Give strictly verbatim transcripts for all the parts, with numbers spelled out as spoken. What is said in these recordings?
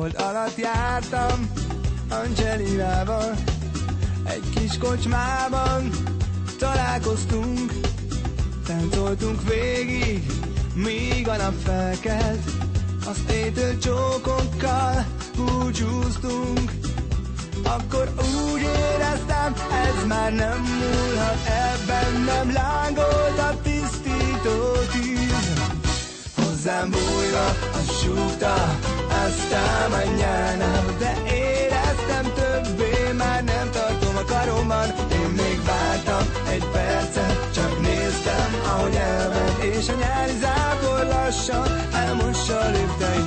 hold alatt jártam Angelinával, egy kis kocsmában találkoztunk, táncoltunk végig, míg a nap felkelt, azt étől csókokkal búcsúztunk. Akkor úgy éreztem, ez már nem múlhat, ebben nem lángolt a tisztító tűz. Hozzám bújva, azt súgta, aztán mañana, de éreztem többé, már nem tartom a karomban. Én még vártam egy percet, csak néztem, ahogy elment, és a nyári zápor lassan elmossa a lépteit.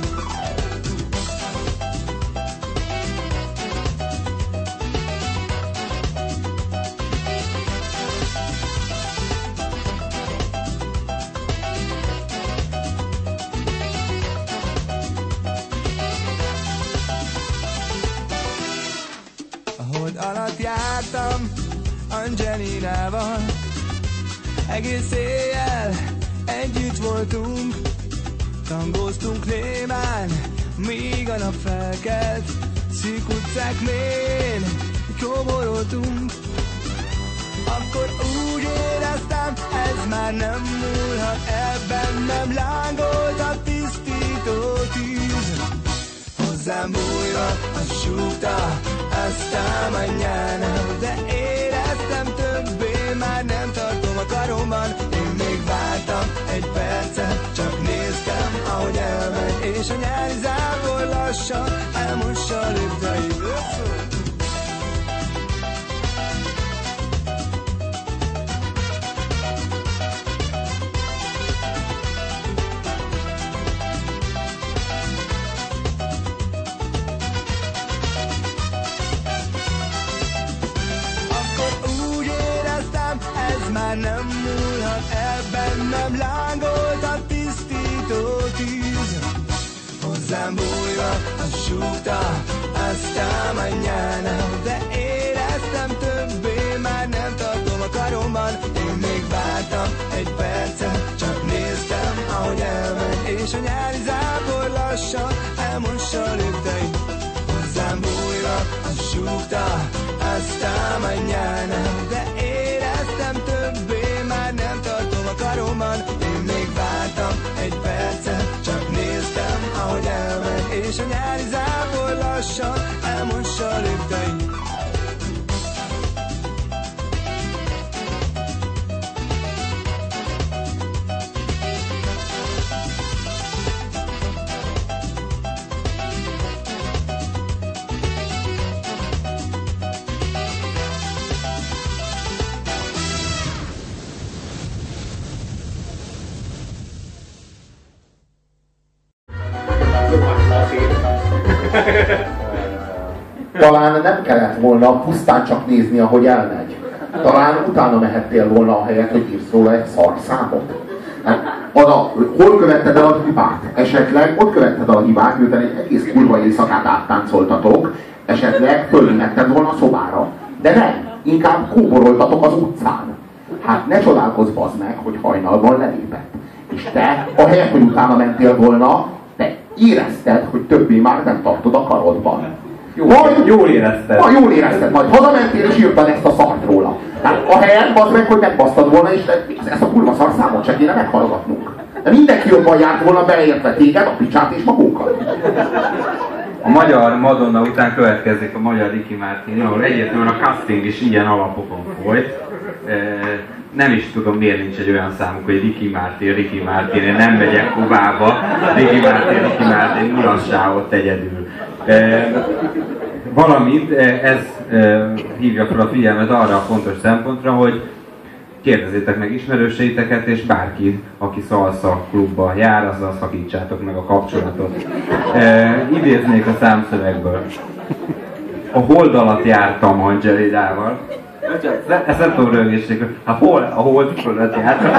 Alatt jártam Angelinával, egész éjjel együtt voltunk, tangóztunk némán, míg a nap felkelt, szűk utcák mén kóboroltunk. Akkor úgy éreztem, ez már nem múlhat, ebben nem lángolt a tisztító tűz. Hozzám bújva, azt súgta, aztán mañana, de éreztem többé, már nem tartom a karomban. Én még vártam egy percet, csak néztem, ahogy elmegy, és a nyári zápor lassan elmossa a lépteit. Már nem múlhat, ebben nem lángolt a tisztító tűz. Hozzám bújva, azt súgta, aztán mañana, de éreztem többé, már nem tartom a karomban. Én még vártam egy percet, csak néztem, ahogy elmegy, és a nyári zápor lassan elmossa a lépteit. Hozzám bújva, azt súgta, aztán mañana, de éreztem többé, már nem tartom a karomban. Én még vártam egy percet, csak néztem, ahogy elmegy, és a nyári zápor lassan elmossa a lépteit. Talán nem kellett volna pusztán csak nézni, ahogy elmegy. Talán utána mehettél volna, ahelyett, hogy írsz róla egy szarszámot. Hát, az a, hol követted el a hibát? Esetleg ott követted el a hibát, miután egy egész kurva éjszakát áttáncoltatok, esetleg fölmented volna a szobára. De nem, inkább kóboroltatok az utcán. Hát ne csodálkozz, bazd meg, hogy hajnalban lelépett. És te, ahelyett, hogy utána mentél volna, te érezted, hogy többé már nem tartod a karodban. Jól, majd, jól érezted. Majd jól érezted, majd hazamentél és írtad ezt a szart róla. Tehát ahelyett bazd meg, hogy megbasztad volna, és ezt a kurva szarszámot se kéne meghallgatnunk. De mindenki jobban járt volna, beleértve téged, a picsát és magunkat. A magyar Madonna után következik a magyar Ricky Martin, ahol egyértelműen a casting is ilyen alapokon folyt. Nem is tudom, miért nincs egy olyan számuk, hogy Ricky Martin, Ricky Martin, én nem megyek Kubába, Ricky Martin, Ricky Martin, mulasság ott egyedül. Valamint ez hívja fel a figyelmet arra a fontos szempontra, hogy kérdezzétek meg ismerőseiteket, és bárki, aki szalsza klubba jár, azzal szakítsátok meg a kapcsolatot. Idéznék a számszövegből. A hold alatt jártam Angelinával. Ezt nem tudom rögészségről. Hát hol? A hold fölött jártam.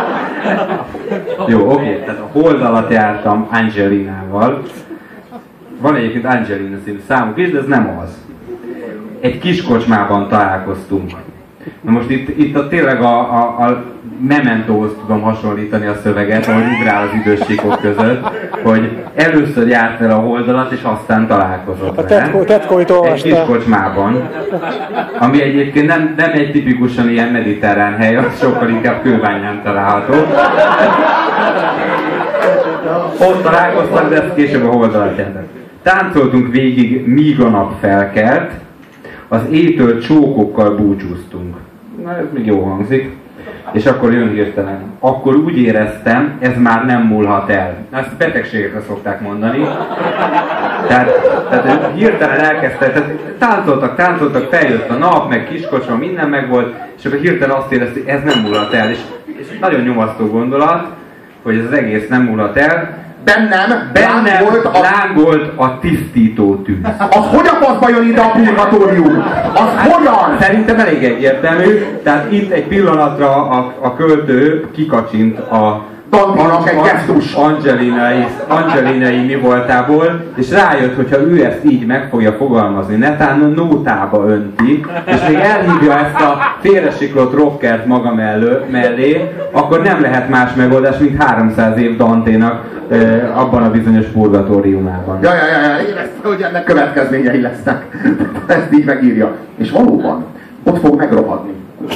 Jó, oké. Tehát a hold alatt jártam Angelinával. Van egyébként Angelina színű számuk is, de ez nem az. Egy kis kocsmában találkoztunk. Na most itt, itt a, tényleg a, a, a Mementóhoz tudom hasonlítani a szöveget, ahogy ugrál az idősíkok között, hogy először járt el a holdalat, és aztán találkozott vele. A tetkóit olvastál. Egy kis kocsmában, ami egyébként nem, nem egy tipikusan ilyen mediterrán hely, az sokkal inkább Kőbányán található. Ott találkoztak, de ezt később a holdalat jelentett. Táncoltunk végig, míg a nap felkelt, az étől csókokkal búcsúztunk. Na, ez még jó hangzik. És akkor jön hirtelen. Akkor úgy éreztem, ez már nem múlhat el. Ezt betegségekre szokták mondani. Tehát, tehát hirtelen elkezdte, tehát táncoltak, táncoltak, feljött a nap, meg kiskocsma, minden megvolt, és akkor hirtelen azt érezte, hogy ez nem múlhat el. És, és nagyon nyomasztó gondolat, hogy ez az egész nem múlhat el. Bennem, Bennem lángolt a... lángolt a tisztító tűz. Az hogy a faszba jön ide a purgatórium? Az hogyan? Szerintem elég egyértelmű, tehát itt egy pillanatra a, a költő kikacsint a Danténak egy gesztus. Angelinai, Angelinai mi voltából, és rájött, hogyha ő ezt így meg fogja fogalmazni, netán nótába önti, és még elhívja ezt a félresiklott rockert maga mellő, mellé, akkor nem lehet más megoldás, mint háromszáz év Danténak e, abban a bizonyos purgatóriumában. Ja, ja, ja, ja, érezte, hogy ennek következményei lesznek. Ezt így megírja. És valóban, ott fog megrohadni.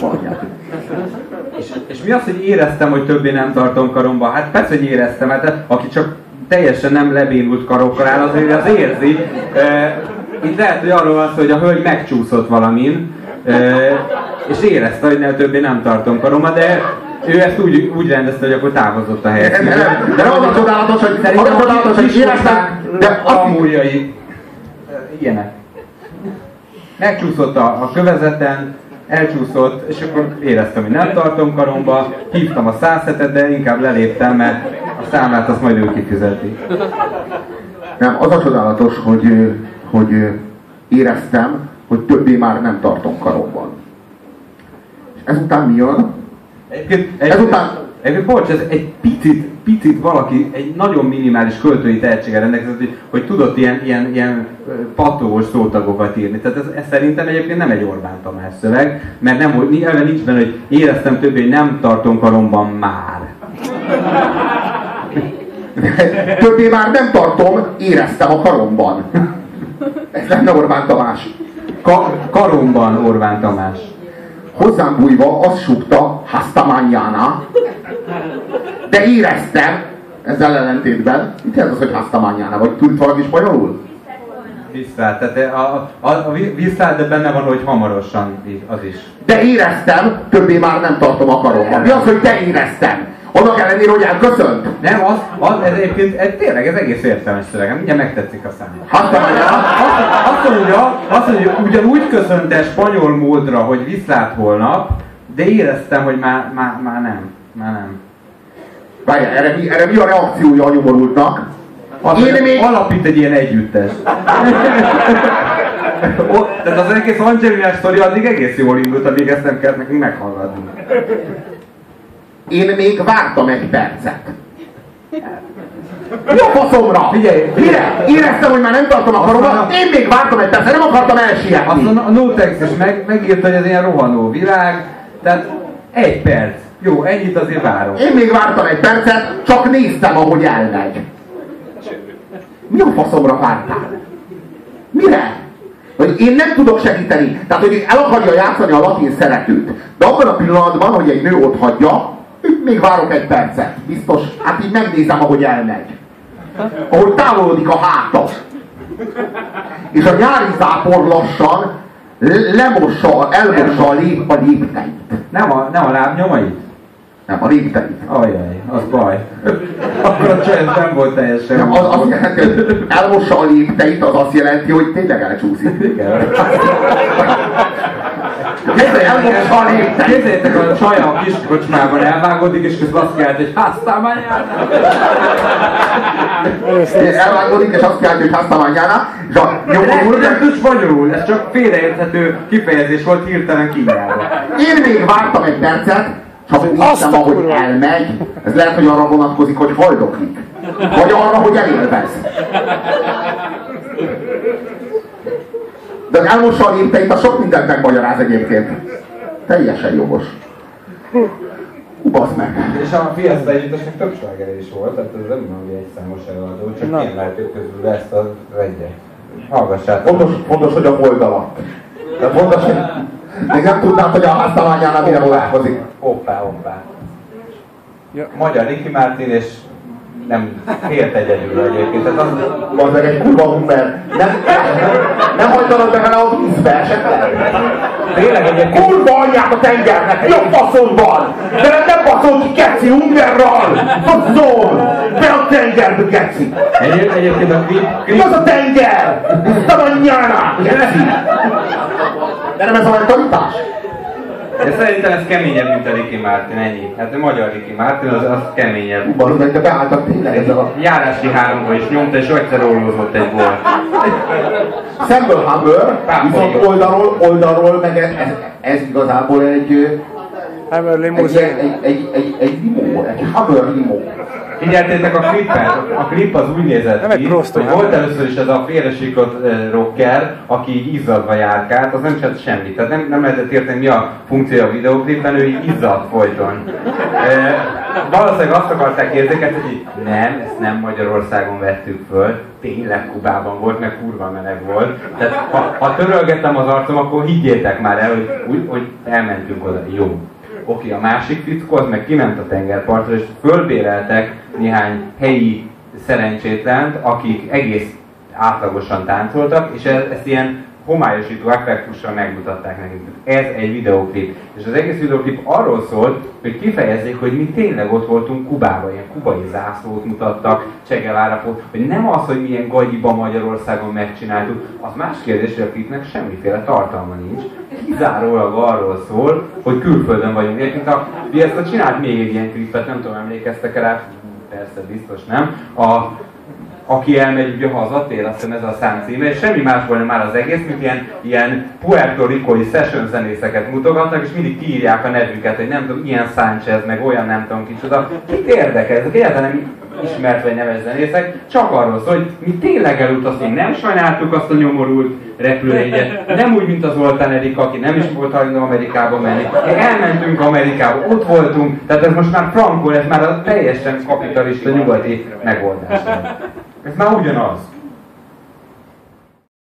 És, és mi az, hogy éreztem, hogy többé nem tartom karomba? Hát persze, hogy éreztem, hát aki csak teljesen nem lebénult karokkal áll, azért az érzi. E, itt lehet, hogy arról van szó, hogy a hölgy megcsúszott valamin, e, és érezte, hogy nem, többé nem tartom karomba, de ő ezt úgy, úgy rendezte, hogy akkor távozott a helyet. De, de, de az a csodálatos, hogy, az a csodálatos, hogy éreztem, de a múljai ilyenek. Megcsúszott a, a kövezeten, elcsúszott, és akkor éreztem, hogy nem tartom karomba, hívtam a száz hetet, de inkább leléptem, mert a számlát azt majd ő kifizeti. Nem, az a csodálatos, hogy, hogy éreztem, hogy többé már nem tartom karomban. És ezután mi jön? Egyébként, ezután... egyébként bocs, ez egy picit, picit valaki, egy nagyon minimális költői tehetséggel rendelkezett, hogy, hogy tudott ilyen, ilyen, ilyen pattogós szótagokat írni. Tehát ez, ez szerintem egyébként nem egy Orbán Tamás szöveg, mert nem, nyilván nincs benne, hogy éreztem többé, hogy nem tartom karomban már. Többé már nem tartom, éreztem a karomban. Ez lenne Orbán Tamás. Ka karomban Orbán Tamás. Hozzám bújva azt súgta hasta mañana, de éreztem, ezzel ellentétben, mit jelent az, hogy hasta mañana, vagy tudsz valami spanyolul? Visszát, tehát a, a, a visszát, de benne van, hogy hamarosan az is. De éreztem, többé már nem tartom a karomban. Mi az, hogy de éreztem? Annak ellenére, hogy elköszönt? Nem, az, az ez egyébként, ez, tényleg ez egész értelmes szöveg, mindjárt megtetszik a számít. Hasta mañana? Azt, azt mondja, azt mondja, ugyanúgy köszönte spanyol módra, hogy viszlát holnap, de éreztem, hogy már, már, már nem, már nem. Várjál, erre mi, erre mi a reakciója a nyomorultnak? Az, Én még... Alapít egy ilyen együttes. O, tehát az egész Angelinás sztori addig egész jól indult, amíg ezt nem kellett nekünk meghallgatni. Én még vártam egy percet. Mi a faszomra? Figyelj, mire? Éreztem, hogy már nem tartom a karomat, én még vártam egy percet, nem akartam elsietni. Azt a Notex is meg, megírta, hogy ez ilyen rohanó világ, tehát egy perc. Jó, ennyit azért várom. Én még vártam egy percet, csak néztem, ahogy elmegy. Mi a faszomra vártál? Mire? Hogy én nem tudok segíteni. Tehát, hogy el akarja játszani a latin szeretőt. De abban a pillanatban, hogy egy nő ott hagyja, még várok egy percet. Biztos, hát így megnézem, ahogy elmegy. Ahogy távolodik a háta. És a nyári zápor lassan lemossa, elmossa a, lép, a lépteit. Nem a, nem a lábnyomait? Nem, a lépteit. Ajjaj, az baj. Akkor a csajod nem volt teljesen. Nem, az azt jelenti, hogy elmossa a lépteit, az azt jelenti, hogy tényleg elcsúszik. Igen. Elmossa a lépteit. Képzeljétek, a csaj a kis kocsmában elvágódik, és közben azt kiállt, hogy háztál mañana. Elvágódik, és azt kiállt, hogy háztál mañana. És a nyomorul... Nem tud spanyolul, ez csak félreérthető kifejezés volt hirtelen kinyelva. Én még vártam egy percet, csak néztem, ahogy elmegy. Ez lehet, hogy arra vonatkozik, hogy haldoklik. Vagy arra, hogy elélvez. De az elmossa a lépteit, a sok mindent megmagyaráz egyébként. Teljesen jogos. Basz meg. És a Fiesta együttesnek több sláger is volt, tehát ez nem valami egyszámos előadó, csak Na. én lehetők közül ezt az egyet. Hallgassátok. Fontos, fontos, hogy a hold alatt. De fontos, hogy még nem tudnám, hogy a háztalányánál mire vonatkozik. Hoppá, hoppá. Ja. Magyar Ricky Martin, és nem félt egyedül egyébként. Tehát az, Az meg egy kurva humber. Nem, nem hajtanod be vele a vízbe esetleg? tényleg egyébként... Kurva anyját a tengernek! Mi a faszon van? De nem, nem faszol ki, geci, hungerral! Faszom! Be a tengerbe, geci! Egy, egyébként a klip... Mi az a tenger? Nem anyjának, geci! De nem ez a mentalitás? De szerintem ez keményebb, mint a Ricky Martin, ennyi. Hát a magyar Ricky Martin az, az keményebb. Bazd meg, de beálltak tényleg ezzel a... Járási háromba is nyomta, és egyszer rólózott egy volt. Szemből Hammer, viszont oldalról, oldalról meg ez, ez, ez igazából egy... Hammer Egy, limuzin. egy, egy, egy, egy, egy limó, egy Hammer limó. Figyeltétek a klipet? A klip az úgy nézett Nem egy ki, prosto, hogy nem? volt először is ez a félresiklott uh, rocker, aki így izzadva járkált, az nem csinált semmit. Tehát nem, nem lehetett érteni, mi a funkciója a videóklipben, ő így izzadt folyton. Uh, valószínűleg azt akarták érzékelni, hogy így, nem, ezt nem Magyarországon vettük föl, tényleg Kubában volt, meg kurva meleg volt. Tehát ha, ha törölgettem az arcom, akkor higgyétek már el, hogy, úgy, hogy elmentünk oda. Jó. Oké, a másik fickó az meg kiment a tengerpartra, és fölbéreltek néhány helyi szerencsétlent, akik egész átlagosan táncoltak, és ezt, ezt ilyen homályosító effektussal megmutatták nekünk. Ez egy videóklip. És az egész videóklip arról szólt, hogy kifejezzék, hogy mi tényleg ott voltunk Kubában, ilyen kubai zászlót mutattak, Che Guevara-fot, hogy nem az, hogy milyen gagyiba Magyarországon megcsináltuk, az más kérdés, hogy a klipnek semmiféle tartalma nincs. Kizárólag arról szól, hogy külföldön vagyunk. Egyébként a Fiesta csinált még egy ilyen klipet, nem tudom, emlékeztek rá, persze, biztos nem. A Aki elmegy, ugye hazatér, azt hiszem ez a szám címe, és semmi más volna már az egész, mint ilyen, ilyen Puerto Ricoi session zenészeket mutogatnak, és mindig kiírják a nevüket, hogy nem tudom, ilyen Sánchez, meg olyan nem tudom kicsoda. Kit érdekel? Ezek egyáltalán nem ismert vagy neves zenészek, csak arról szól, hogy mi tényleg elutaztunk, nem sajnáltuk azt a nyomorult repülőjegyet, nem úgy, mint az Zoltán Erika, aki nem is volt hajlandó Amerikába menni. Elmentünk Amerikába, ott voltunk, tehát ez most már frankol, ez már a teljesen kapitalista nyugati megoldás. Ez már ugyanaz.